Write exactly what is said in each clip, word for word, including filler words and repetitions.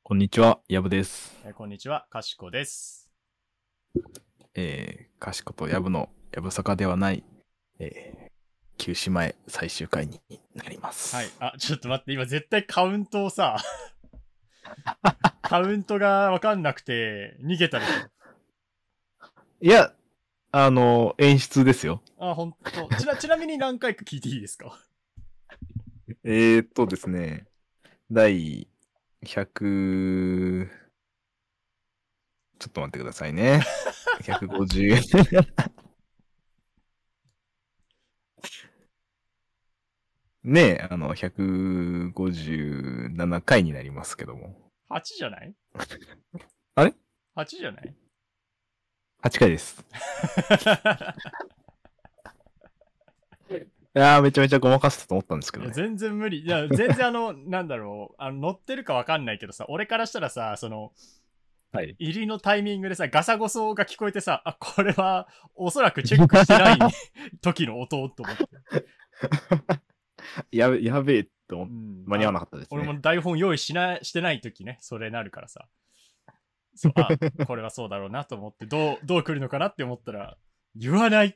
こんにちは、やぶです。 えーこんにちは、かしこです。 えー、かしことやぶのやぶさかではない、えー、休止前最終回になりまはい。 す。 あ、ちょっと待って、今絶対カウントをさ、カウントがわかんなくて逃げたでしょ。 いや、あの、演出ですよ。 あ、ほんと。ちな、ちなみに何回か聞いていいですか？ えーっとですね、第ひゃく、ちょっと待ってくださいね。ひゃくごじゅう、ねえ、あの、ひゃくごじゅうななかいになりますけども。 はち じゃない？ あれ？ はち じゃない？ はち 回です。いやー、めちゃめちゃごまかしたと思ったんですけいや、 どね。 全然無理。いや、全然あの、なんだろう、あの、乗ってるかわかんないけどさ、俺からしたらさ、その、 はい。 入りのタイミングでさ、ガサゴソが聞こえてさ、あ、これは、おそらくチェックしてない時の音と思って。 やべ、やべえって思っうん。あの、 間に合わなかったですね。 俺も台本用意しな、してない時ね、それなるからさ。そう、あ、これはそうだろうなと思って、どう、どう来るのかなって思ったら、言わないって。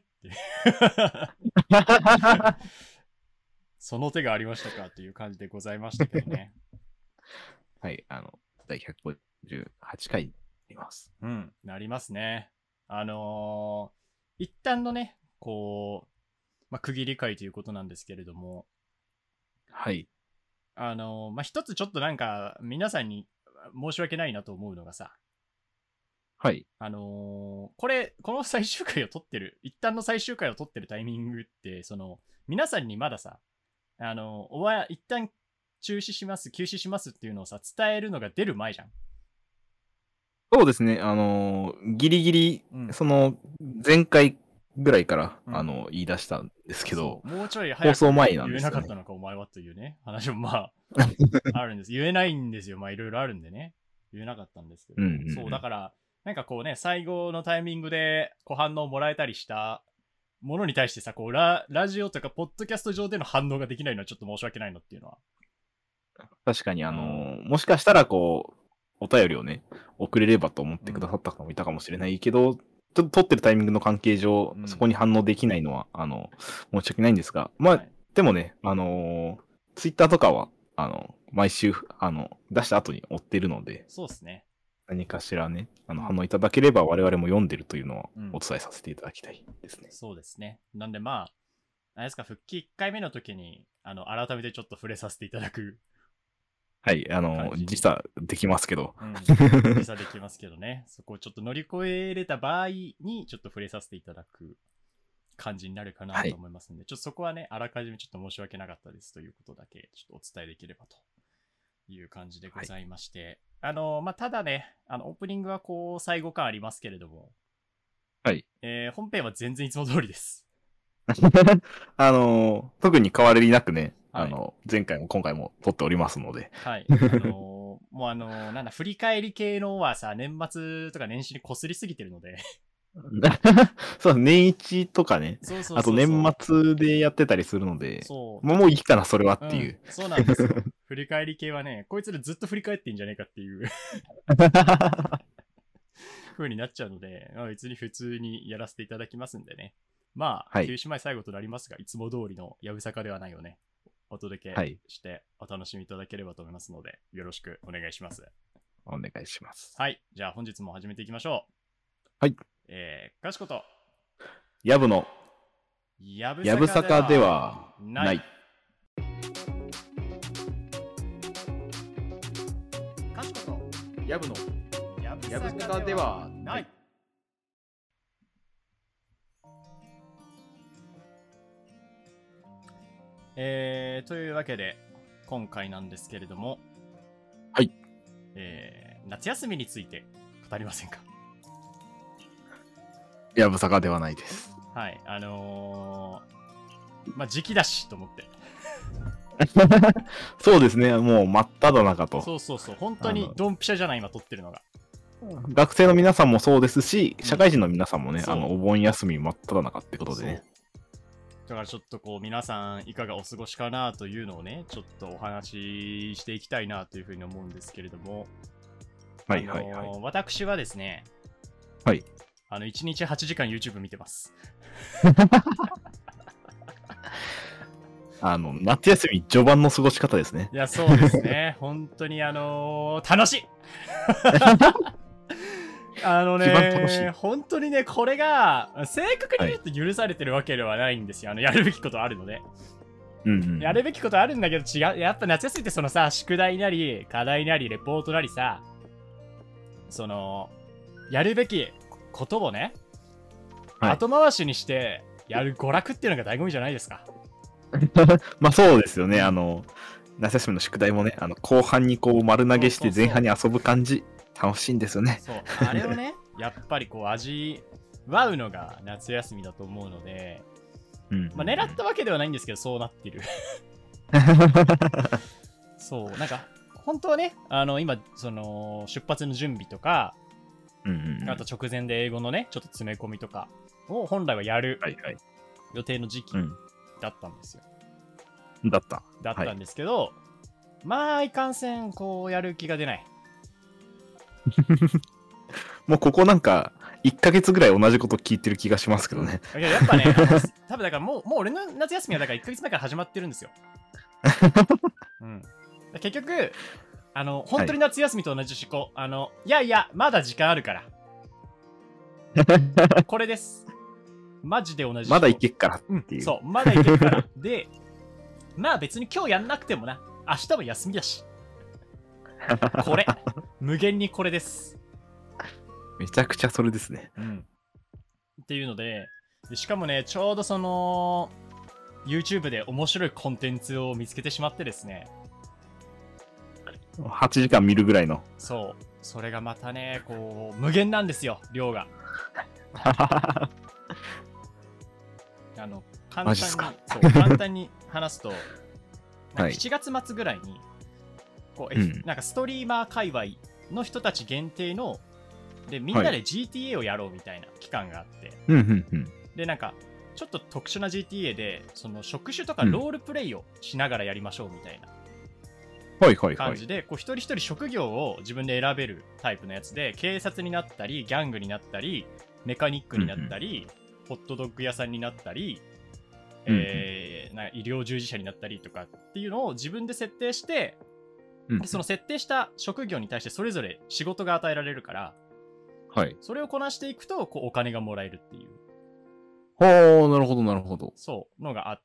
その手がありましたかっていう感じでございましたけどね。 はい、あの、第ひゃくごじゅうはちかいになります。 うん、なりますね。あのー一旦のね、こう、まあ、区切り会ということなんですけれども、 はい。 あのーまあ、一つちょっとなんか、皆さんに申し訳ないなと思うのがさ、 はい。 あのーこれ、この最終回を撮ってる、一旦の最終回を撮ってるタイミングって、その、皆さんにまださ、あの、おわ、一旦中止します、休止しますっていうのをさ、伝えるのが出る前じゃん。 そうですね、あのーギリギリ、 うん。 その、前回ぐらいから、 うん。 あの、言い出したんですけど、 そう、もうちょい放早く送前なん言えですよね。 なかったのか、お前はというね、話もまあ、あるんです。言えないんですよ。まあ、いろいろあるんでね。言えなかったんですけうんうんど、そう、だうん。 から、なんかこうね、最後のタイミングで、こう反応もらえたりしたものに対してさ、こうラ、ラジオとか、ポッドキャスト上での反応ができないのはちょっと申し訳ないのっていうのは。 確かに、あうん。 のーもしかしたら、こう、お便りをね、送れればと思っうん。 てくださった方もいたかもしれないけど、ちょっと撮ってるタイミングの関係上、そこうん。 に反応できないのは、あの、申し訳ないんですが、まあ、 はい。 でもね、あのツイッター Twitter とかは、あの、毎週、あの、出した後に追ってるので、 そうっすね。 何かしらね、あの、反うん。 応いただければ我々も読んでるというのはうん。 お伝えさせていただきたいですね。 そうですね。なんでまあ、あれですか、復帰いっかいめの時に、あの、改めてちょっと触れさせていただくはい、あの、 感じに。 時差できますけど。 うん。時差できますけどね。そこをちょっと乗り越えれた場合に、ちょっと触れさせていただく感じになるかなとはい。 思いますので、ちょっとそこはね、あらかじめちょっと申し訳なかったですということだけ、ちょっとお伝えできればという感じでごはい。 ざいまして、あの、まあ、ただね、あの、オープニングはこう、最後感ありますけれども、 はい。 えー本編は全然いつも通りです。 あの、特に変わりなくね、あはい。 の、前回も今回も撮っておりますので。 はい。あのーもうあのーなんだ、振り返り系のはさ、年末とか年始にこすりすぎてるのでそう、年一とかね、 そうそうあとそうそう。 年末でやってたりするので、 そう、ちょっと、 もうもういいかな、それはっうん、 ていう。 そうなんですよ。振り返り系はね、こいつらずっと振り返ってんじゃねえかっていう風になっちゃうので、まあ、別に普通にやらせていただきますんでね。まあ、 はい。 休止前最後となりますが、いつも通りのやぶさかではないよね。お届けはい。 してお楽しみいただければと思いますので、よろしくお願いします。 お願いします。 はい。じゃあ本日も始めていきましょう。 はい。 えー、かしこと、 やぶのやぶやさかでぶさかでははない。 ない。 かしこと、 やぶのやぶやぶさかでさかではない。 はない。えー、というわけで、今回なんですけれども、 はい。 えー、夏休みについて語りませんか？ やぶさかではないです。 はい、あのー、まあ、時期だしと思って。 そうですね、もう真っ只中と。 そうそうそう、本当あの、 にドンピシャじゃない、今撮ってるのが。 学生の皆さんもそうですし、 うん、 社会人の皆さんもね、あの、 そう、 お盆休み真っ只中ってことでね。 そう。だからちょっとこう、皆さんいかがお過ごしかなというのをね、ちょっとお話ししていきたいなというふうに思うんですけれども、 はいはいはい。 あのー私はですね、 はい。 あのいちにちはちじかん YouTube 見てます。 あの、夏休み序盤の過ごし方ですね。 いや、そうですね。本当にあのー楽しいあの一番楽しいね、本当にね、これが正確に言うと許されてるわけではないんですよ。あのやるべきことあるので。 うんうん。 やるべきことあるんだけど違う。やっぱ夏休みってそのさ、宿題なり、課題なり、レポートなりさ、その、やるべきことをね、 はい後回しにしてやる娯楽っていうのが醍醐味じゃないですか。 まあそうですよね。あの、夏休みの宿題もね、あの後半にこう丸投げして前半に遊ぶ感じ、楽しいんですよね。 そう、あれをね、やっぱりこう味わうのが夏休みだと思うので、 うん、 まあ狙ったわけではないんですけど、そうなってる。そう、なんか、本当はね、あの、今、その、出発の準備とか、 うんうんうん、 あと直前で英語のね、ちょっと詰め込みとかを本来はやる予定の時期だったんですよ。 うん、だった。 だったんですけど、はい、まあ、いかんせん、こう、やる気が出ない。 もうここなんか、いっかげつぐらい同じこと聞いてる気がしますけどね。 いや、やっぱね、多分だからもう、もう俺の夏休みはだからいっかげつまえから始まってるんですよ。うん、結局、あの、本当に夏休みと同じ思考。はい、あの、いやいや、まだ時間あるから。これです。マジで同じ思考。 まだいけっからっていう。 うん、そう、まだいけっから。で、まあ別に今日やんなくてもな。明日も休みだし。これ。無限にこれです。 めちゃくちゃそれですね。 うん。っていうので、でしかもね、ちょうどその、YouTube で面白いコンテンツを見つけてしまってですね。 はちじかん見るぐらいの。 そう。それがまたね、こう、無限なんですよ、量が。あの、簡単に、そう簡単に話すと、はい、しちがつ末ぐらいに、こう、F うん、なんかストリーマー界隈の人たち限定の、で、みんなで ジーティーエー をやろうみたいな期間があって、 はい、 で、なんか、ちょっと特殊な ジーティーエー で、その職種とかロールプレイをしながらやりましょうみたいな。感じで、こう一人一人職業を自分で選べるタイプのやつで、警察になったり、ギャングになったり、メカニックになったり、うん、ホットドッグ屋さんになったり、うん、えー、な医療従事者になったりとかっていうのを自分で設定して、うん、その設定した職業に対してそれぞれ仕事が与えられるから、 はい、 それをこなしていくとこうお金がもらえるっていう。 ほう、なるほどなるほど。 そうのがあって、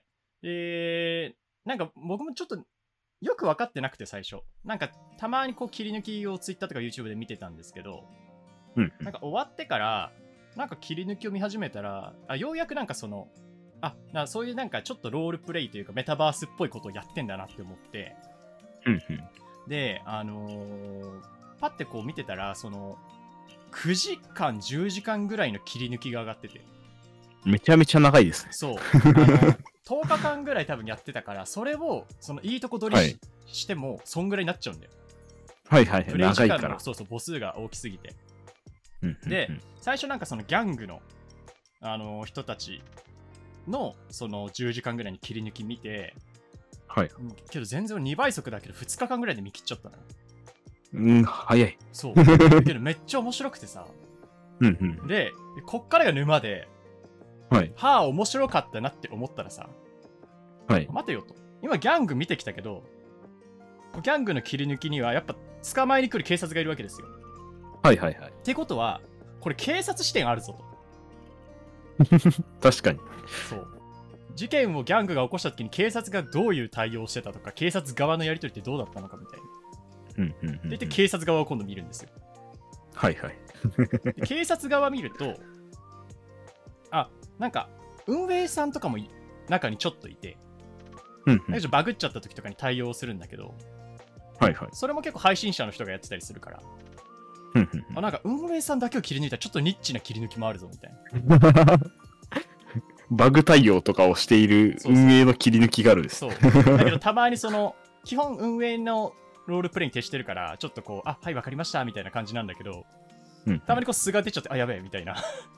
えー、なんか僕もちょっとよく分かってなくて最初。なんかたまにこう切り抜きを Twitter とか YouTube で見てたんですけど、 うん、 なんか終わってからなんか切り抜きを見始めたら、あ、ようやくなんかその、あ、なそういうなんかちょっとロールプレイというかメタバースっぽいことをやってんだなって思って、 うん、 で、あのー、パッてこう見てたら、そのくじかんじゅうじかんぐらいの切り抜きが上がってて、 めちゃめちゃ長いですね。 そう。あのとおかかんぐらい多分やってたから、それをそのいいとこ取り し,、はい、してもそんぐらいになっちゃうんだよ。 はいはいはい。 プレイ時間のそうそう母数が大きすぎて。 うんうんうん、 で、最初なんかそのギャングの、あのー、人たちのそのじゅうじかんぐらいに切り抜き見て、 はい。 けど全然にばい速だけどふつかかんぐらいで見切っちゃったのよ。 うん、早い。 そう。けどめっちゃ面白くてさ。 うんうん、 で、こっからが沼で、 はい、 はあ、面白かったなって思ったらさ、 はい、 待てよと。今ギャング見てきたけど、ギャングの切り抜きにはやっぱ捕まえに来る警察がいるわけですよ。 はいはいはい。 ってことは、これ警察視点あるぞと。確かに。 そう。事件をギャングが起こした時に警察がどういう対応をしてたとか、警察側のやり取りってどうだったのかみたいな。 うんうんうんうん、で言って警察側を今度見るんですよ。 はいはい。 警察側見ると、あ、なんか運営さんとかも中にちょっといて、 うんうん、 バグっちゃった時とかに対応するんだけど、 はいはい、 それも結構配信者の人がやってたりするから、 うんうんうん、 あ、なんか運営さんだけを切り抜いたらちょっとニッチな切り抜きもあるぞみたいな。 バグ対応とかをしている運営の切り抜きがあるんです。 そうそうだけどたまにその基本運営のロールプレイに徹してるからちょっとこう、あ、はいわかりましたみたいな感じなんだけど、うんうん、たまにこう素が出ちゃって、あ、やべえみたいな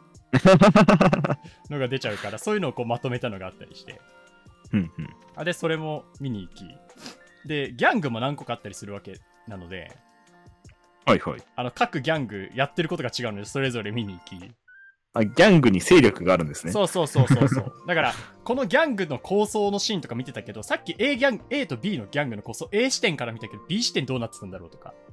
のが出ちゃうから、そういうのをこうまとめたのがあったりして、 うんうん、 あでそれも見に行きで、ギャングも何個かあったりするわけなので、 はいはい。 あの各ギャングやってることが違うので、それぞれ見に行き。 あ、ギャングに勢力があるんですね。 そうそうそうそうそう。だから、このギャングの構想のシーンとか見てたけど、さっき A, ギャン A と B のギャングの構想、A 視点から見たけど、B 視点どうなってたんだろうとか。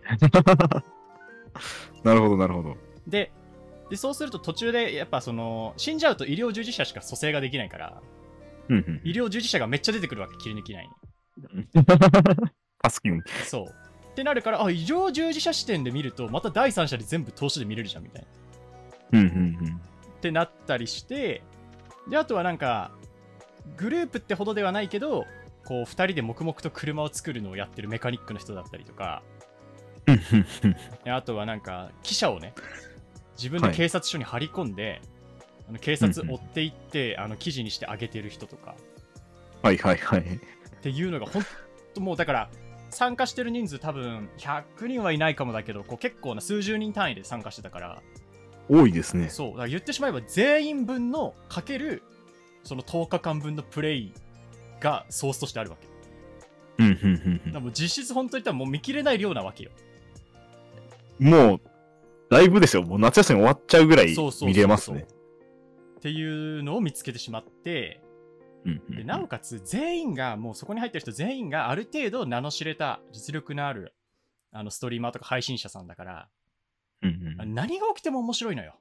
なるほど、なるほど。 で、でそうすると途中で、やっぱその、死んじゃうと医療従事者しか蘇生ができないから、 うんうん、 医療従事者がめっちゃ出てくるわけ、切り抜き内に。 助けに。 そう。ってなるから、あ、医療従事者視点で見ると、また第三者で全部投資で見れるじゃんみたいな。 うんうんうん。 ってなったりして、で、あとはなんか、グループってほどではないけど、こう、ふたりで黙々と車を作るのをやってるメカニックの人だったりとか、あとはなんか、記者をね、自分で警察署に張り込んで、はい、あの警察追っていって、あの記事にしてあげてる人とか。 はいはいはい。 っていうのが、ほんともう、だから、参加してる人数多分ひゃくにんはいないかもだけど、こう結構な数十人単位で参加してたから、 多いですね。 そうだから言ってしまえば全員分のかけるそのとおかかんぶんのプレイがソースとしてあるわけ。 うんうんうんうん。 だもう実質本当に言ったらもう見切れない量なわけよ。 もうだいぶですよ。もう夏休み終わっちゃうぐらい見れますね。 っていうのを見つけてしまって、うんうんうん、でなおかつ全員がもうそこに入ってる人全員がある程度名の知れた実力のあるあのストリーマーとか配信者さんだから、うんうん、何が起きても面白いのよ。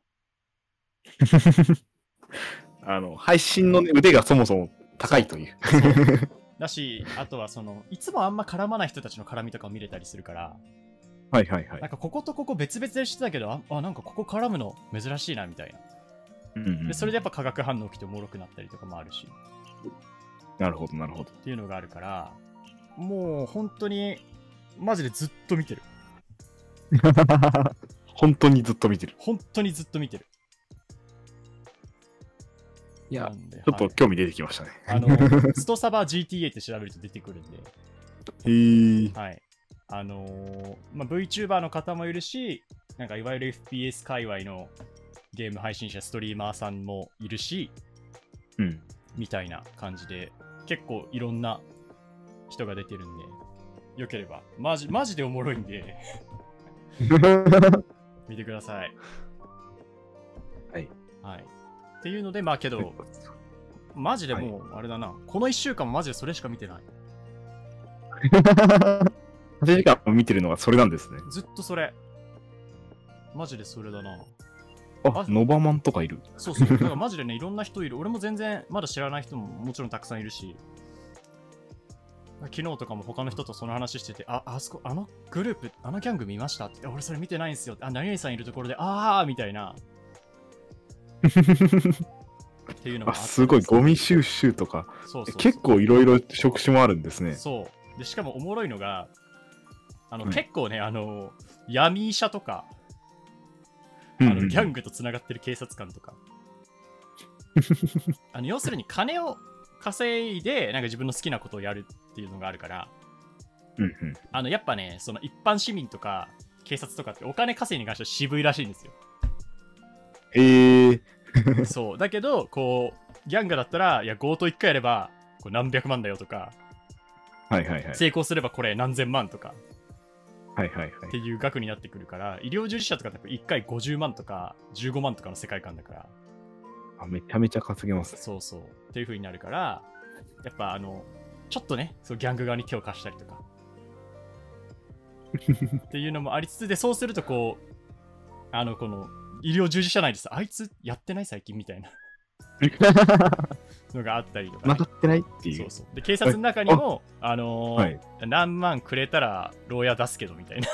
あの配信の、ね、腕がそもそも高いという。 だし、あとはそのいつもあんま絡まない人たちの絡みとかを見れたりするから、 はいはいはい。 なんかこことここ別々でしてたけど、あ、あなんかここ絡むの珍しいなみたいな。うんうん、でそれでやっぱ化学反応起きておもろくなったりとかもあるし。 なるほどなるほど。 っていうのがあるから、もう本当にマジでずっと見てる。 本当にずっと見てる。 本当にずっと見てる。 いや、ちょっと興味出てきましたね。 はい、あのストサバ ジーティーエー って調べると出てくるんで。 へー。 はい。あのーまあ、VTuber の方もいるし、なんかいわゆる エフピーエス 界隈のゲーム配信者、ストリーマーさんもいるし、 うん、みたいな感じで、結構いろんな人が出てるんで、よければ、マジ、マジでおもろいんで、見てください。 はい。 はい。っていうので、まあけど、マジでもう、あれだな、はい、このいっしゅうかんもマジでそれしか見てない。 はちじかん見てるのはそれなんですね。 ずっとそれ。マジでそれだな。 あ、ノバマンとかいる。 そうそう。だからマジでね、いろんな人いる。俺も全然まだ知らない人ももちろんたくさんいるし、昨日とかも他の人とその話してて、あ、あそこ、あのグループ、あのギャング見ましたって、俺それ見てないんすよ。あ、何々さんいるところで、あーみたいな。っていうのもあって、 あ、すごい、ゴミ収集とか。そうそうそう、結構いろいろ職種もあるんですね。 そう。で、しかもおもろいのが、あの、うん、結構ね、あの、闇医者とか、あのギャングとつながってる警察官とか。あの要するに金を稼いでなんか自分の好きなことをやるっていうのがあるから、うんうん、あのやっぱね、その一般市民とか警察とかってお金稼いに関しては渋いらしいんですよ。 えー、 そうだけどこうギャングだったら、いや強盗いっかいやればこう何百万だよとか、 はいはいはい、 成功すればこれ何千万とか。 はいはいはい、 っていう額になってくるから、医療従事者とかっていっかいごじゅうまんとかじゅうごまんとかの世界観だから、 あ、めちゃめちゃ稼げます、ね、 そうそうっていう風になるから、やっぱあのちょっとね、そうギャング側に手を貸したりとかっていうのもありつつで、そうするとこうあのこの医療従事者内でさ、あいつやってない最近みたいなのがあったりとか、ね、 まだってないっていう。 そうそうで警察の中にも、あのーはい、何万くれたら牢屋出すけどみたいな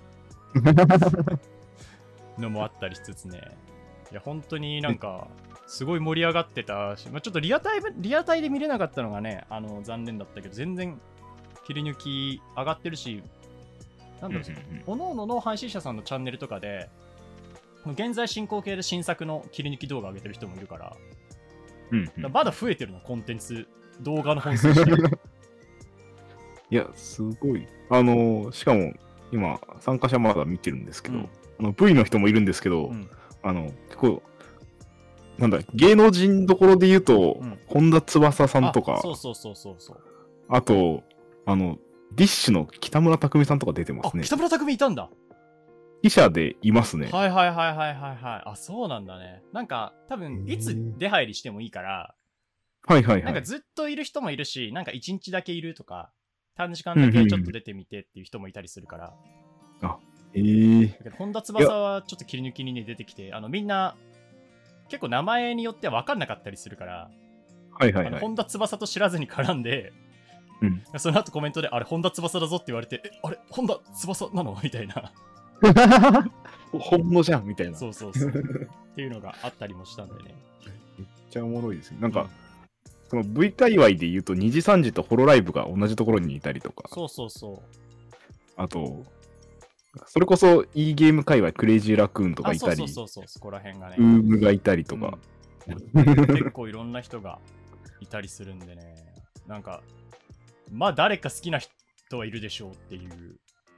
のもあったりしつつね、いや本当になんかすごい盛り上がってたし、まあ、ちょっとリアタイリアタイで見れなかったのがね、あの残念だったけど、全然切り抜き上がってるし、なんだろう、おのおのの配信者さんのチャンネルとかで現在進行形で新作の切り抜き動画上げてる人もいるから、うんうん、だまだ増えてるの、コンテンツ動画の本数していやすごい、あのしかも今参加者まだ見てるんですけど、うん、あの V の人もいるんですけど、うん、あの結構なんだ芸能人どころで言うと、うん、本田翼さんとか、 そうそうそうそうそう、 あとあのディッシュの北村匠海さんとか出てますね。 あ、北村匠海いたんだ。 記者でいますね。 はいはいはいはいはいはい。あ、そうなんだね。なんか、多分、いつ出入りしてもいいから、 はいはいはい。 なんかずっといる人もいるし、なんかいちにちだけいるとか、短時間だけちょっと出てみてっていう人もいたりするから。 うんうんうん、あ、えー。 だけど、本田翼はちょっと切り抜きにね、出てきて、あの、みんな、結構名前によっては分かんなかったりするから、 はいはいはい。 本田翼と知らずに絡んで、 うん、 その後コメントで、あれ、本田翼だぞって言われて、え、あれ、本田翼なのみたいな。 本物じゃんみたいな。 そうそうそう。っていうのがあったりもしたんだよね。 めっちゃおもろいですね。なんか、うん、その V 界隈で言うとにじさんじとホロライブが同じところにいたりとか。 そうそうそう。 あと、それこそ e ゲーム界隈クレイジーラクーンとかいたり、 そうそうそうそう、そこら辺がね。 ウームがいたりとか、 うん、結構いろんな人がいたりするんでね。なんか、まあ誰か好きな人はいるでしょうっていう。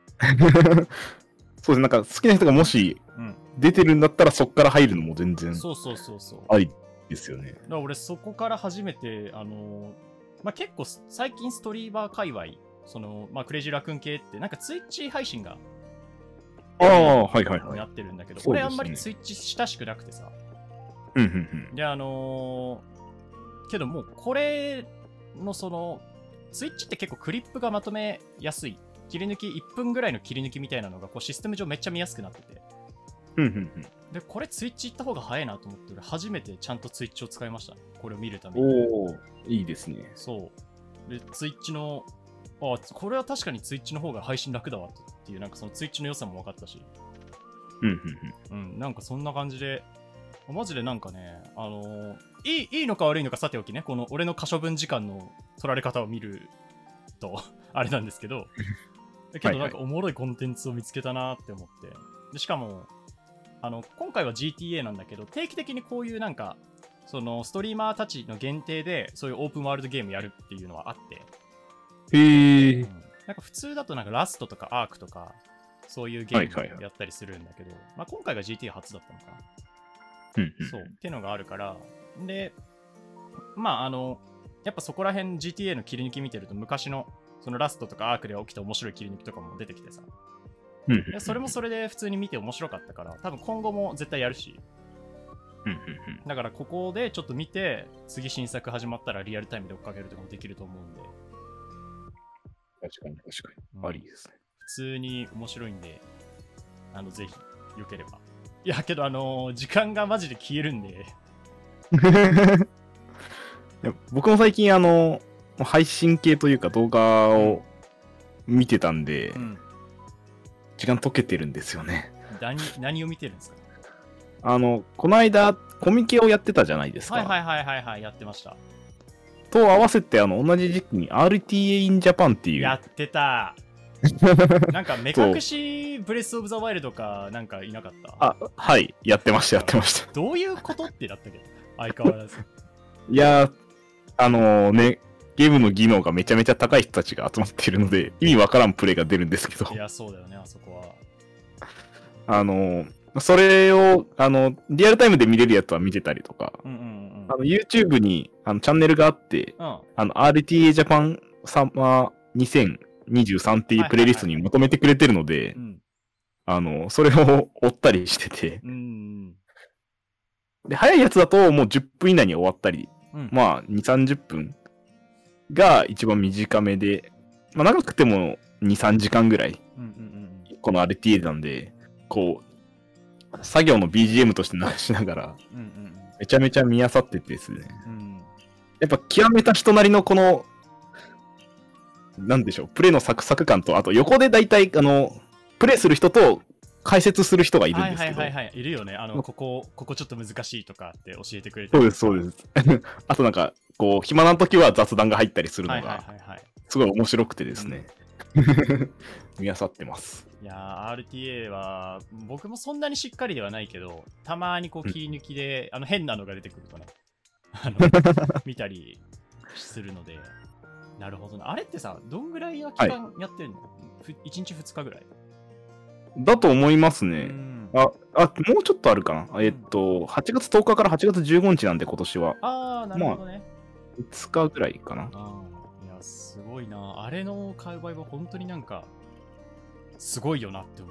そうですね、なんか好きな人がもし出てるんだったらそっから入るのも全然そうそうそうそうありですよね。 だから俺そこから初めて、あのー、まあ結構最近ストリーマー界隈、その、まあクレイジーラクーン系ってなんかツイッチ配信がああ、はいはいはい。 やってるんだけど、俺あんまりツイッチ親しくなくてさ。 うんうんうん。 で、あのー、けどもうこれのその、ツイッチって結構クリップがまとめやすい。切り抜きいっぷんぐらいの切り抜きみたいなのがこうシステム上めっちゃ見やすくなってて。 うんうんうん。 で、これツイッチ行った方が早いなと思って、俺初めてちゃんとツイッチを使いました。これを見るために。 おー、いいですね。 そう。で、ツイッチの、あ、これは確かにツイッチの方が配信楽だわっていう、なんかそのツイッチの良さも分かったし。 うんうんうん。うん、なんかそんな感じで、マジでなんかね、あのー、いい、いいのか悪いのかさておきね、この俺の可処分時間の取られ方を見ると、あれなんですけど、けどなんかおもろいコンテンツを見つけたなって思って。でしかも、あの、今回は ジーティーエー なんだけど、定期的にこういうなんか、そのストリーマーたちの限定で、そういうオープンワールドゲームやるっていうのはあって。 へー、うん。 なんか普通だとなんかラストとかアークとか、そういうゲームをやったりするんだけど、はいはいはい、まあ今回が ジーティーエー 初だったのかな。 うんうん、 そう。っていうのがあるから、で、まああの、やっぱそこら辺 ジーティーエー の切り抜き見てると昔のそのラストとかアークで起きた面白い切り抜きとかも出てきてさ。 うんうんうん、 それもそれで普通に見て面白かったから、多分今後も絶対やるし。 うんうんうん、 だからここでちょっと見て、次新作始まったらリアルタイムで追っかけるとかもできると思うんで。 確かに確かに。うん、ありですね。 普通に面白いんで、あの、ぜひ、よければ。いや、けどあのー、時間がマジで消えるんで。 いや僕も最近あの、配信系というか動画を見てたんで、うん、時間解けてるんですよね。 何、何を見てるんですか？ あの、この間、コミケをやってたじゃないですか。 はいはいはいはいはい、やってました。 と合わせて、あの、同じ時期に アールティーエー in Japan っていう。 やってた。なんか目隠しブレスオブザワイルドかなんかいなかった？ あ、はい、やってましたやってました。 どういうことってだったけど、相変わらず。 いやー、あのー、ね、ゲームの技能がめちゃめちゃ高い人たちが集まっているので、意味わからんプレイが出るんですけど。 いや、そうだよね、あそこは。 あのー、それを、あの、リアルタイムで見れるやつは見てたりとか、うんうんうん、あの YouTube にあのチャンネルがあって、うん、あの アールティーエー Japan サマーにせんにじゅうさんっていうプレイリストにまとめてくれてるので、あの、それを追ったりしてて、うん、で、早いやつだともうじゅっぷん以内に終わったり、うん、まあにじゅう、さんじゅっぷんが一番短めで、まあ長くてもに、さんじかんぐらい、うんうんうん、この アールティーエー なんで、こう、作業の ビージーエム として流しながら、うんうん、めちゃめちゃ見漁っててですね、うん、やっぱ極めた人なりのこの、なんでしょう、プレイのサクサク感と、あと横で大体、あの、プレイする人と解説する人がいるんですけど。 はいはいはいはい、いるよね。あの、ここ、ここちょっと難しいとかって教えてくれてる。そうです、そうです。あとなんか、こう、暇な時は雑談が入ったりするのが、すごい面白くてですね。うん、見漁ってます。 いやー、アールティーエー は、僕もそんなにしっかりではないけど、たまにこう切り抜きで、うん、あの変なのが出てくるとね、あの見たりするので、なるほどな。あれってさ、どんぐらいの期間やってるの？はい、いちにちふつかぐらいだと思いますね。あ、あ、もうちょっとあるかな。えっと、はちがつとおかからはちがつじゅうごにちなんで、今年は。 あー、なるほどね。 まあ、いつかぐらいかな。 あいや、すごいな。あれの界隈は本当になんか、すごいよなって思う。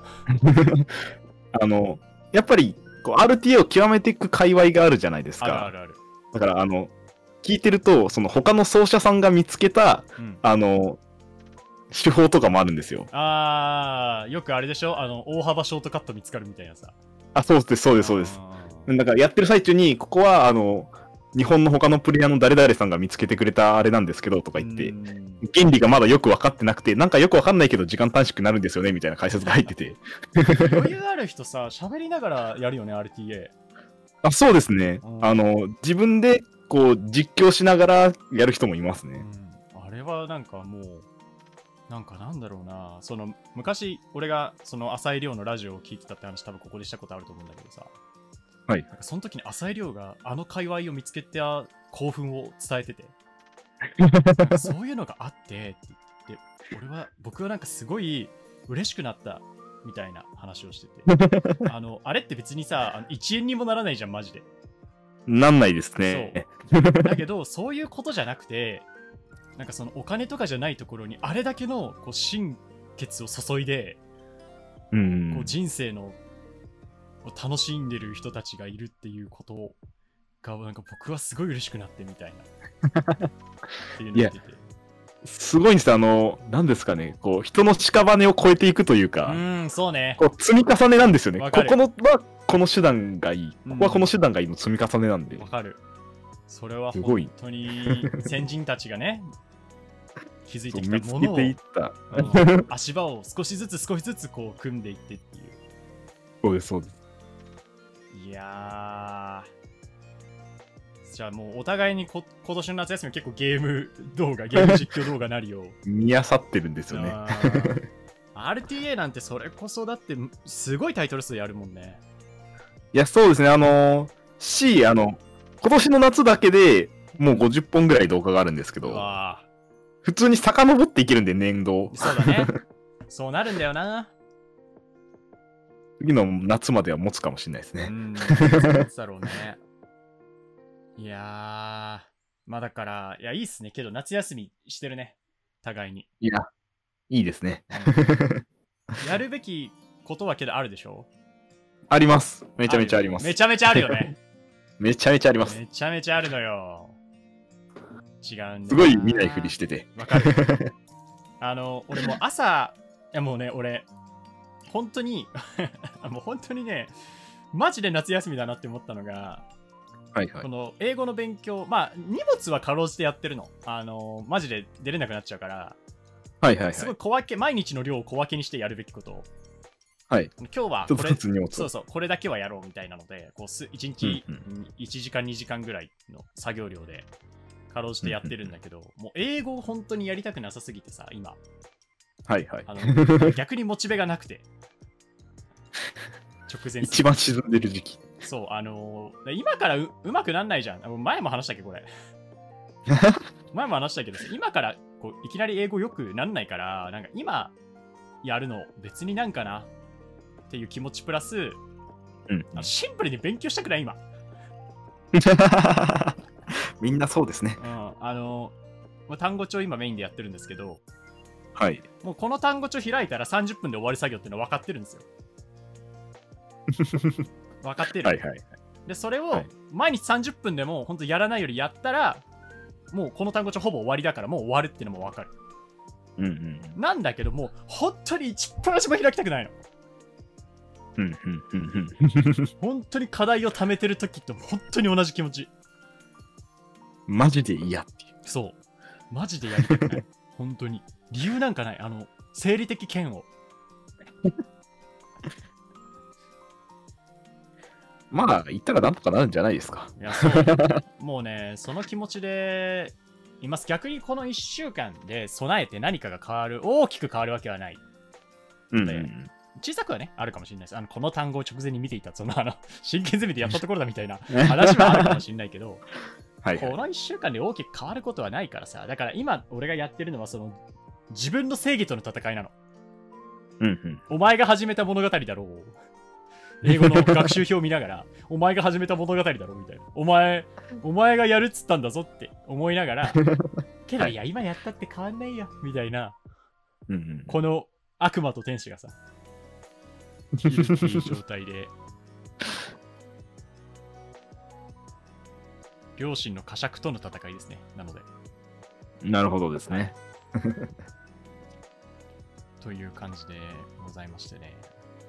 あの、やっぱり、こう アールティーエー を極めていく界隈があるじゃないですか。 あるあるある。 だから、あの、聞いてると、その他の奏者さんが見つけた、うん、あの、手法とかもあるんですよ。 あー、よくあれでしょ、あの、大幅ショートカット見つかるみたいなさ。 あ、そうです、そうです、そうです。だからやってる最中に、ここは、あの、日本の他のプレイヤーの誰々さんが見つけてくれたあれなんですけどとか言って、原理がまだよく分かってなくて、なんかよく分かんないけど時間短縮になるんですよねみたいな解説が入ってて。 余裕ある人さ、喋りながらやるよね、アールティーエー。 あ、そうですね。あの、自分でこう実況しながらやる人もいますね。 うん、あれはなんかもう、なんかなんだろうな、その昔俺がその浅井亮のラジオを聞いてたって話多分ここでしたことあると思うんだけどさ、 はい、 なんかその時に浅井亮があの界隈を見つけた興奮を伝えててそういうのがあってって言って俺は僕はなんかすごい嬉しくなったみたいな話をしててあのあれって別にさあのいちえんにもならないじゃんマジで。 なんないですね。 そうだけどそういうことじゃなくてなんかそのお金とかじゃないところにあれだけのこう心血を注いで、うん、こう人生のを楽しんでる人たちがいるっていうことがなんか僕はすごい嬉しくなってみたいなっていうのを言ってて、 すごいんですよ。あの何ですかね、こう人の屍を越えていくというか、 うん、そうね、 こう積み重ねなんですよね。ここのはこの手段がいい、ここはこの手段がいいの積み重ねなんで。 わかる。それは本当に先人たちがね気づいてきたものを見つけていった、 うん、足場を少しずつ少しずつこう組んでいってっていう。 そうですそうです。 いやー、じゃあもうお互いにこ今年の夏休み結構ゲーム動画ゲーム実況動画なるよ見漁ってるんですよね。 アールティーエー なんてそれこそだってすごいタイトル数やるもんね。 いやそうですね。あのー、C あの今年の夏だけでもうごじゅっぽんぐらい動画があるんですけど、普通に遡っていけるんで年度。 そうだね。そうなるんだよな。 次の夏までは持つかもしれないですね。うん、 持つだろうね。いやー、まあだから、いやいいっすね。けど夏休みしてるね。互いに。 いや、いいですね。 やるべきことはけどあるでしょ？ あります。めちゃめちゃあります。 めちゃめちゃあるよね。 めちゃめちゃあります。 めちゃめちゃあるのよ。違うんだな。 すごい見ないふりしてて。 わかる。あの、俺も朝、いやもうね、俺、本当に、もう本当にね、マジで夏休みだなって思ったのが、 はいはい、 この英語の勉強、まあ、荷物はかろうじてやってるの。あの、マジで出れなくなっちゃうから、 はいはいはい、すごい小分け、毎日の量を小分けにしてやるべきことを。 はい。 今日はこれ、そうそう、これだけはやろうみたいなので、こういちにちいちじかん、にじかんぐらいの作業量で、かろうじてやってるんだけど、もう英語を本当にやりたくなさすぎてさ、今。 はいはい。 あの逆にモチベがなくて。直前一番沈んでる時期。 そう、あのー、今から う, うまくなんないじゃん。前も話したっけ、これ。前も話したけど、今からこういきなり英語よくなんないから、なんか今やるの別になんかなっていう気持ちプラス、うん、あのシンプルに勉強したくない、今。 みんなそうですね。 うん、あのー、単語帳今メインでやってるんですけど、 はい。 もうこの単語帳開いたらさんじゅっぷんで終わる作業っていうのは分かってるんですよ。分かってる。 はいはい。 で、それを毎日さんじゅっぷんでも本当やらないよりやったら、もうこの単語帳ほぼ終わりだからもう終わるっていうのも分かる。 うんうん。 なんだけどもう本当に一本足も開きたくないの。 うんうんうんうん。 本当に課題を貯めてる時と本当に同じ気持ち。 マジで嫌っていう。 そう。マジでやりたくない。本当に。理由なんかない。あの、生理的嫌悪。 まあ、言ったらなんとかなるんじゃないですか。 いや、そう。もうね、その気持ちでいます。逆にこのいっしゅうかんで備えて何かが変わる、大きく変わるわけはない。 うん、うん。 小さくはね、あるかもしれないです。あのこの単語を直前に見ていた、その、あの、真剣ゼミでやったところだみたいな話はあるかもしれないけど、はいはい、このいっしゅうかんで大きく変わることはないからさ。だから今、俺がやってるのは、その、自分の正義との戦いなの。 うんうん。 お前が始めた物語だろう。英語の学習表を見ながら、お前が始めた物語だろうみたいな。お前、お前がやるっつったんだぞって思いながら、けど、はい、いや、今やったって変わんないよ、みたいな。 うんうん、 この悪魔と天使がさ、 いるっていう状態で両親の呵責との戦いですね。なのでなるほどですねという感じでございましてね。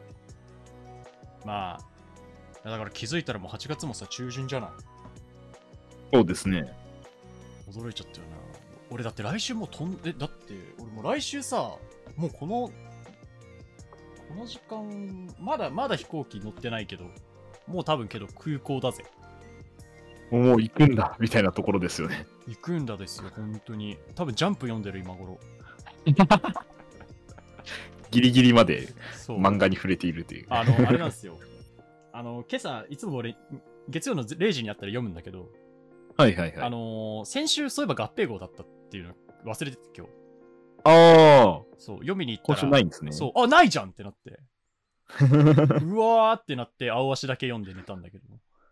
まあだから気づいたらもうはちがつもさ中旬じゃない。 そうですね。 驚いちゃったよな。俺だって来週もう飛んで、だって俺もう来週さ、もうこのこの時間まだまだ飛行機乗ってないけど、もう多分けど空港だぜ。 もう行くんだみたいなところですよね。 行くんだですよ本当に。多分ジャンプ読んでる今頃。 ギリギリまでそう漫画に触れているという。 あのあれなんですよ。あの今朝いつも俺月曜のれいじになったら読むんだけど、 はいはいはい。 あのー、先週そういえば合併号だったっていうの忘れてて今日。 ああ。 そう読みに行ったら今週ないんですね。 そうあないじゃんってなって。うわーってなって青足だけ読んで寝たんだけど。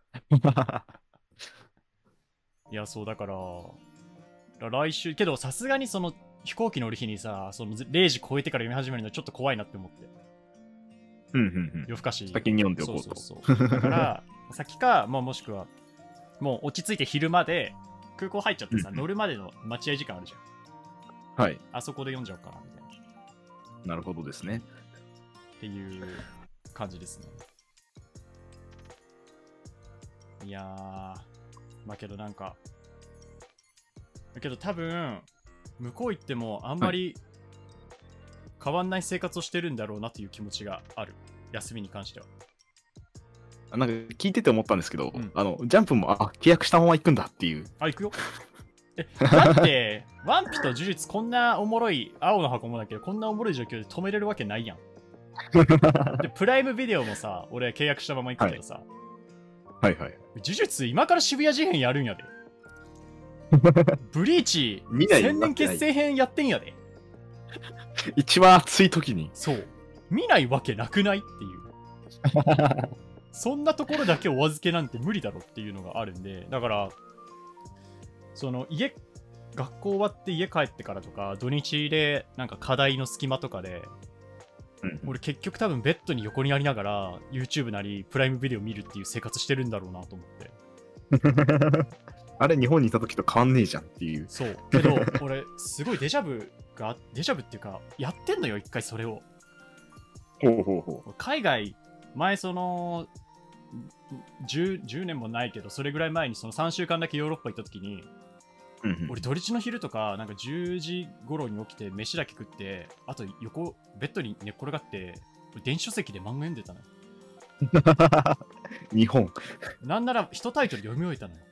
いやそうだから来週けどさすがにその飛行機乗る日にさそのれいじ超えてから読み始めるのはちょっと怖いなって思って。 うんうんうん。 夜更かし先に読んでおこうと。 そうそうそうだから先か、まあ、もしくはもう落ち着いて昼まで空港入っちゃってさ、うんうん、乗るまでの待合時間あるじゃん。 はい。 あそこで読んじゃおうかなみたいな。なるほどですね。 っていう感じですね。いやー、まあけどなんか、だけど多分、向こう行ってもあんまり変わんない生活をしてるんだろうなっていう気持ちがある。休みに関しては。 なんか聞いてて思ったんですけど、 うん、 あのジャンプもあ契約したまま行くんだっていう。 あ、行くよ。え、だって、ワンピと呪術こんなおもろい、青の箱もだけど、こんなおもろい状況で止めれるわけないやん。で、プライムビデオもさ、俺契約したまま行くけどさ、 はい、はいはい呪術今から渋谷事変やるんやで。ブリーチ千年結成編やってんやで。 一番熱い時に。 そう。見ないわけなくないっていう。そんなところだけお預けなんて無理だろっていうのがあるんで、だから、その家、学校終わって家帰ってからとか、土日でなんか課題の隙間とかで、うん、俺結局多分ベッドに横にありながら YouTube なりプライムビデオ見るっていう生活してるんだろうなと思って。 あれ日本にいた時と変わんねえじゃんっていう。 そうけど俺すごいデジャブがデジャブっていうかやってんのよ一回それを。 ほうほうほう。 海外前その 10, じゅうねんもないけどそれぐらい前にそのさんしゅうかんだけヨーロッパ行った時に、うんうん、俺土日の昼とかなんかじゅうじ頃に起きて飯だけ食ってあと横ベッドに寝っ転がって電子書籍で漫画読んでたのよ。 日本なんなら一タイトル読み終えたのよ。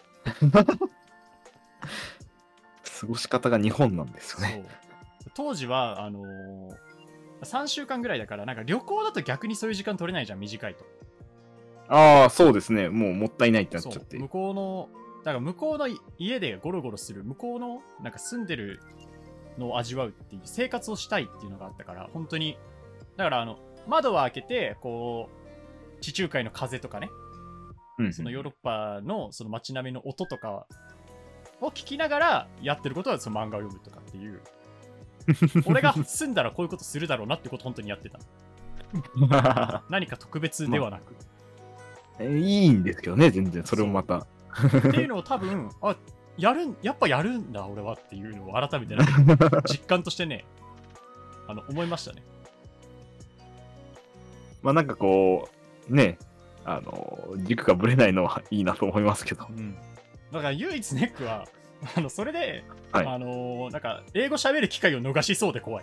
過ごし方が日本なんですよね。 そう当時はあのー、さんしゅうかんぐらいだからなんか旅行だと逆にそういう時間取れないじゃん短いと。 ああそうですねもうもったいないってなっちゃって。 向こうのだから向こうの家でゴロゴロする向こうのなんか住んでるのを味わうっていう生活をしたいっていうのがあったから本当にだからあの窓は開けてこう地中海の風とかね、うん、そのヨーロッパのその街並みの音とかを聞きながらやってることはその漫画を読むとかっていう俺が住んだらこういうことするだろうなってことを本当にやってた。何か特別ではなく、まあ、いいんですけどね全然それもまたっていうのを多分あやるやっぱやるんだ俺はっていうのを改めて実感としてねあの思いましたね。 まあなんかこうねあの軸がぶれないのはいいなと思いますけど、うん、 だから唯一ネックはあのそれで、はい、あのなんか英語喋る機会を逃しそうで怖い。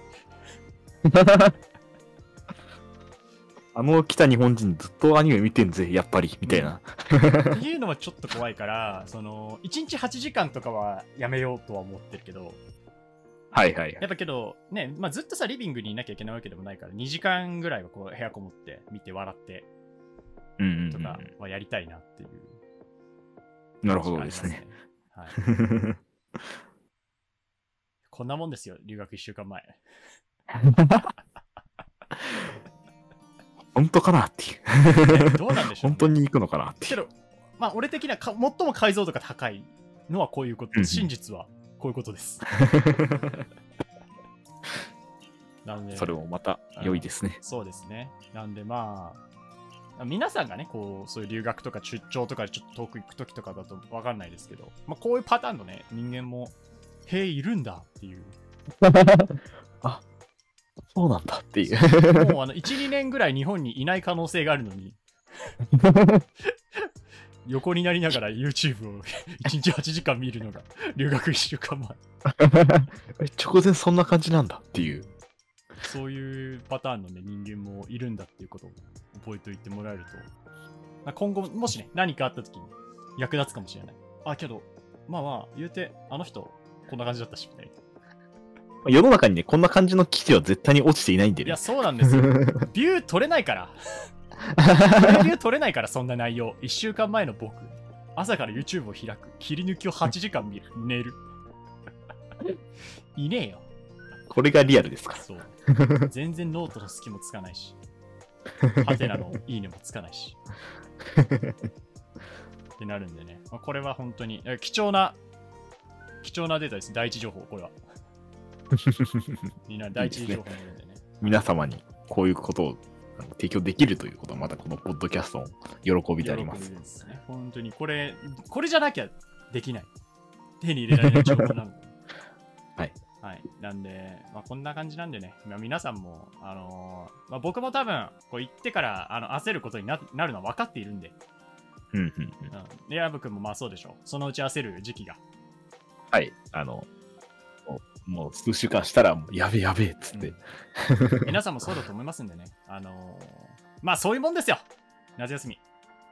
あの来た日本人ずっとアニメ見てんぜやっぱりみたいな、 うん、っていうのはちょっと怖いからそのいちにちはちじかんとかはやめようとは思ってるけどはいはい、はい、 やっぱけどね、まあ、ずっとさリビングにいなきゃいけないわけでもないからにじかんぐらいはこう部屋こもって見て笑ってとかはやりたいなっていう、うんうんうん、なるほどですね、 はい、こんなもんですよ留学いっしゅうかんまえ。 本当かなっていう。 どうなんでしょう、ね、 本当に行くのかなっていう。 けど、まあ、俺的なか最も解像度が高いのはこういうこと、うん、真実はこういうことです。 なんでそれもまた良いですね。 そうですね。なんでまあ、皆さんがね、こう、そういう留学とか出張とかちょっと遠く行くときとかだとわかんないですけど、まあこういうパターンのね、人間も、へえ、いるんだっていう。 あ、そうなんだっていう。 もうあの、いち、にねんぐらい日本にいない可能性があるのに、横になりながら YouTube をいちにちはちじかん見るのが留学いっしゅうかんまえ。直前そんな感じなんだっていう。 そういうパターンの、ね、人間もいるんだっていうことを覚えておいてもらえると、まあ、今後もしね、何かあった時に役立つかもしれない。あ、けど、まあまあ、言うて、あの人、こんな感じだったし、みたいな。 世の中にね、こんな感じの記事は絶対に落ちていないんでね。 いや、そうなんですよ。ビュー取れないから。ビュー取れないから、そんな内容。いっしゅうかんまえの僕。朝から YouTube を開く。切り抜きをはちじかん見る。寝る。いねえよ。 これがリアルですか。 そう。全然ノートの隙もつかないし。ハテナのいいねもつかないし。ってなるんでね。まあ、これは本当に貴重な、貴重なデータです。第一情報、これは。みんな第一情報になるんでね。 いい皆様にこういうことを提供できるということは、またこのポッドキャストの喜びであります。 喜びですね。本当に、これ、これじゃなきゃできない。手に入れられない情報なので。 はい。 はい。なんで、まあ、こんな感じなんでね、まあ、皆さんも、あのーまあ、僕も多分、こう言ってからあの焦ることに な, なるのは分かっているんで。 うんうんうん。 うん。で、ヤブ君もまあそうでしょう。そのうち焦る時期が。 はい。あの、もうもう数週間したら、やべえやべえっつって、 うん。皆さんもそうだと思いますんでね。あのー、まあそういうもんですよ。夏休み。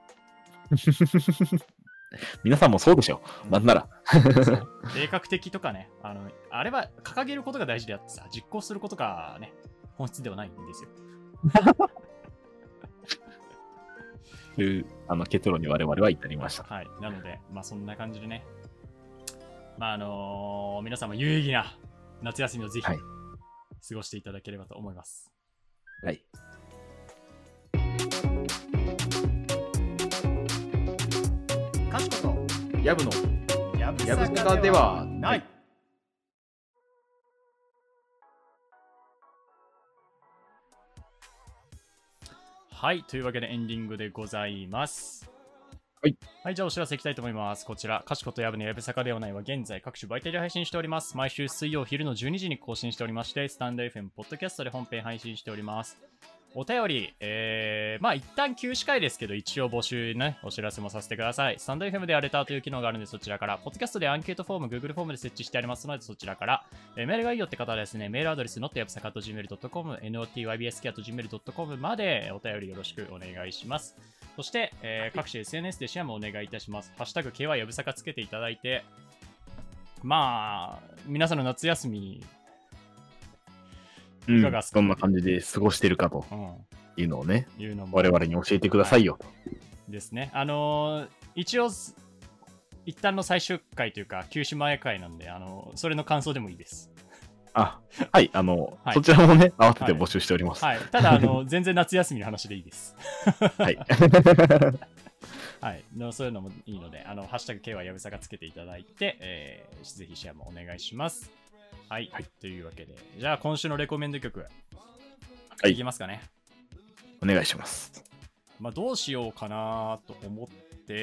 皆さんもそうでしょ。うん、なんなら。 計画的とかね、あの、あれは掲げることが大事であってさ、実行することがね、本質ではないんですよ。 というあの結論に我々は至りました。 はい。なので、まあそんな感じでね、まああのー、皆さんも有意義な夏休みをぜひ、はい、過ごしていただければと思います。 はい。 かしことやぶのやぶさかではない。 はい、というわけでエンディングでございます。 はい。 はい、じゃあお知らせいきたいと思います。こちら、かしことやぶのやぶさかではないは現在各種媒体で配信しております。毎週水曜昼のじゅうにじに更新しておりまして、スタンド エフエム、ポッドキャストで本編配信しております。お便り、えー、まあ一旦休止回ですけど、一応募集ね、お知らせもさせてください。スタンド エフエム ではレターという機能があるので、そちらから、ポッドキャストでアンケートフォーム、Google フォームで設置してありますので、そちらから、えー、メールがいいよって方はですね、メールアドレス ノットヤブサカ アット ジーメール ドットコム、ノットヤブサカ アット ジーメール ドットコム までお便りよろしくお願いします。そして、えー、各種 エスエヌエス でシェアもお願いいたします。ハッシュタグ ケーワイ ヤブサカつけていただいて、まあ、皆さんの夏休み、 いかがですか、うん、どんな感じで過ごしてるかと。うんいうのをね、いうのも我々に教えてくださいよ、はい、 ですね。あのー、一応一旦の最終回というか休止前回なんで、あのー、それの感想でもいいです。 あ、はい、あの、はい、そちらもね合わせて募集しております。 はい、はい、ただあの全然夏休みの話でいいです。はい。はい、のそういうのもいいので、あのハッシュタグ ケーワイ やぶさかつけていただいて、えー、ぜひシェアもお願いします。はい、はい、というわけで、じゃあ今週のレコメンド曲、はい、いきますかね。 お願いします。 まあどうしようかなと思って、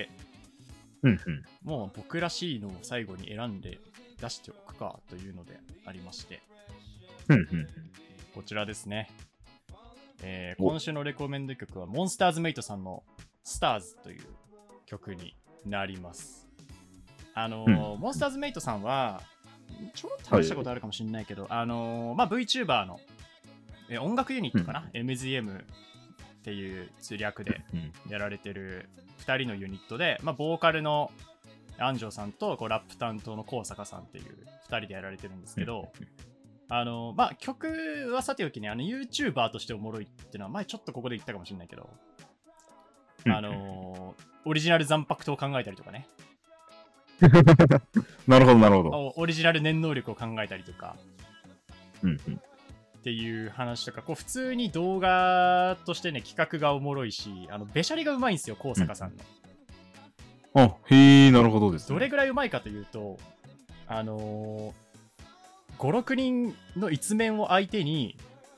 うんうん、 もう僕らしいのを最後に選んで出しておくかというのでありまして、 うんうん、 こちらですね、えー、今週のレコメンド曲はモンスターズメイトさんのスターズという曲になります。あのーうん、モンスターズメイトさんはちょっと話したことあるかもしれないけど、はい、あのー、まあ VTuber のえ音楽ユニットかな、うん、エムズイエムっていう略でやられてるふたりのユニットで、まあ、ボーカルの安城さんとこうラップ担当の高坂さんっていうふたりでやられてるんですけど、あのまあ曲はさておきね、あの YouTuber としておもろいっていうのは前ちょっとここで言ったかもしれないけど、あのオリジナル残白刀を考えたりとかねなるほどなるほど、 オリジナル念能力を考えたりとか、 うんうんっていう話とか、こう普通に動画としてね企画がおもろいし、あのべしゃりがうまいんですよ、高坂さんの。 うん、あ、へえ、なるほどです、 ね。どれぐらいうまいかというと、あのー、ご、ろくにんの一面を相手に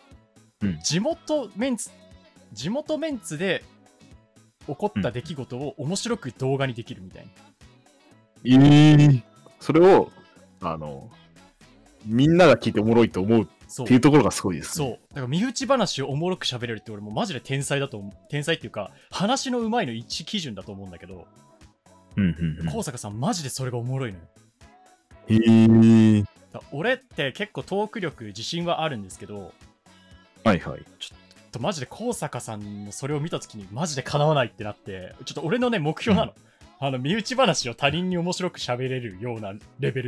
うん、 地元メンツ地元メンツで起こった出来事を面白く動画にできるみたいな。 ええー、それをあのみんなが聞いておもろいと思うっていうところがすごいですね。 そう。だから身内話をおもろく喋れるって俺もうマジで天才だと思う。天才っていうか話のうまいの一基準だと思うんだけど、 うんうんうん、 高坂さんマジでそれがおもろいのよ。 へえー。 俺って結構トーク力自信はあるんですけど、 はいはい。 ちょっとマジで高坂さんのそれを見たときにマジで叶わないってなって、ちょっと俺のね目標なの。うん、あの身内話を他人に面白く喋れるようなレベルって。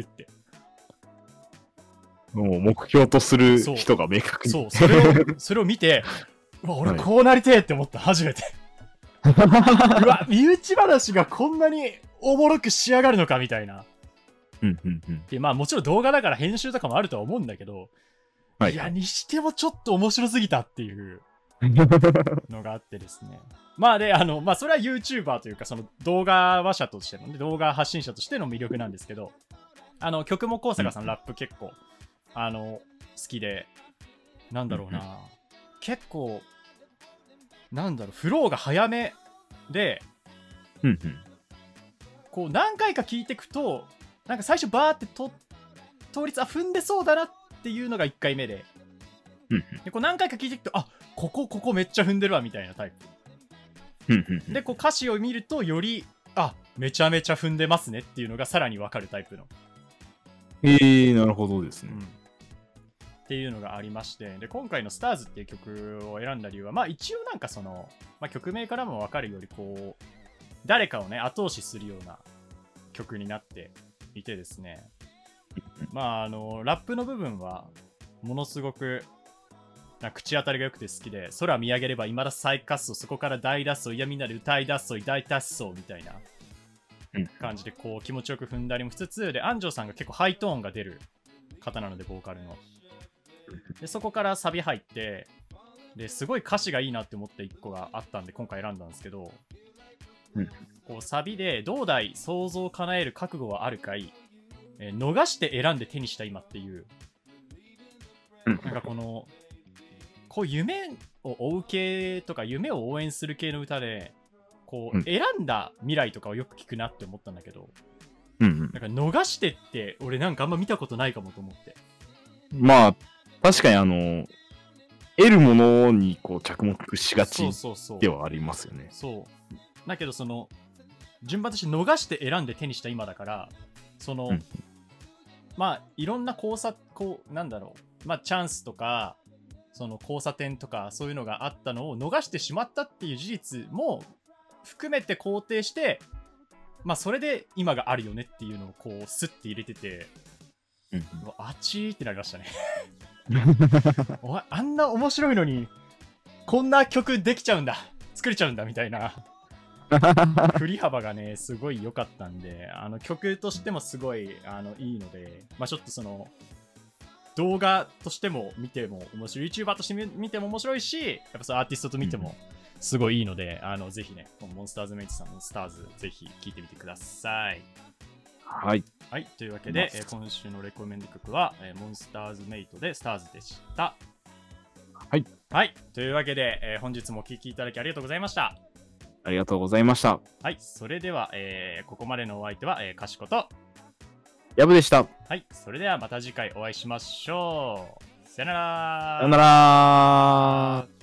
もう目標とする人が明確に。 そう、そうそれをそれを見て、うわ俺こうなりてえって思った初めて。うわ身内話がこんなにおもろく仕上がるのかみたいな。 うんうんうん、 でまあもちろん動画だから編集とかもあるとは思うんだけど、はい、いやにしてもちょっと面白すぎたっていうのがあってですね。まあであのまあそれは YouTuber というかその動画話者としての、ね、動画発信者としての魅力なんですけど、あの曲も高坂さん、うん、ラップ結構あの好きで、なんだろうな、うん、結構なんだろうフローが早めで、 うんうん、 こう何回か聞いていくとなんか最初バーってと倒立あ踏んでそうだなっていうのがいっかいめで、 うんうん、 でこう何回か聞いていくとあここここめっちゃ踏んでるわみたいなタイプ、 うんうんうん、 でこう歌詞を見るとよりあめちゃめちゃ踏んでますねっていうのがさらに分かるタイプの。 えー、なるほどですね、うん、 っていうのがありまして、で今回の「スターズっていう曲を選んだ理由はまあ一応なんかその、まあ、曲名からも分かるよりこう誰かをね後押しするような曲になっていてですね、まああのラップの部分はものすごく口当たりが良くて好きで、空見上げれば未だ最下層、そこから大脱走、いやみんなで歌い出すと大脱走みたいな感じでこう気持ちよく踏んだりもしつつで、安城さんが結構ハイトーンが出る方なのでボーカルので、そこからサビ入ってですごい歌詞がいいなって思ったいっこがあったんで今回選んだんですけど、こうサビで同代想像を叶える覚悟はあるかい、えー、逃して選んで手にした今っていう、なんかこのこう夢を追う系とか夢を応援する系の歌でこう選んだ未来とかをよく聞くなって思ったんだけど、 うんうん、 なんか逃してって俺なんかあんま見たことないかもと思って。 まあ確かにあの得るものにこう着目しがちではありますよね。 そうそうそうそうだけどその順番として逃して選んで手にした今だからその、うん、まあいろんな交差こうなんだろうまあチャンスとかその交差点とかそういうのがあったのを逃してしまったっていう事実も含めて肯定してまあそれで今があるよねっていうのをこうスッて入れてて、うん、あちーってなりましたねおいあんな面白いのにこんな曲できちゃうんだ作れちゃうんだみたいな振り幅がねすごい良かったんで、あの曲としてもすごいあのいいので、まあちょっとその動画としても見ても面白い YouTuber として見ても面白いし、やっぱそのアーティストと見てもすごいいいので、うん、あのぜひねモンスターズメイトさんのスターズぜひ聴いてみてください。 はいはい、というわけで、えー、今週のレコメンド曲は、えー、モンスターズメイトでスターズでした。 はい、 はい、というわけで、えー、本日もお聴きいただきありがとうございました。 ありがとうございました。 はい、それでは、えー、ここまでのお相手は、えー、かしことやぶでした。 はい、それではまた次回お会いしましょう。さよなら。 さよなら。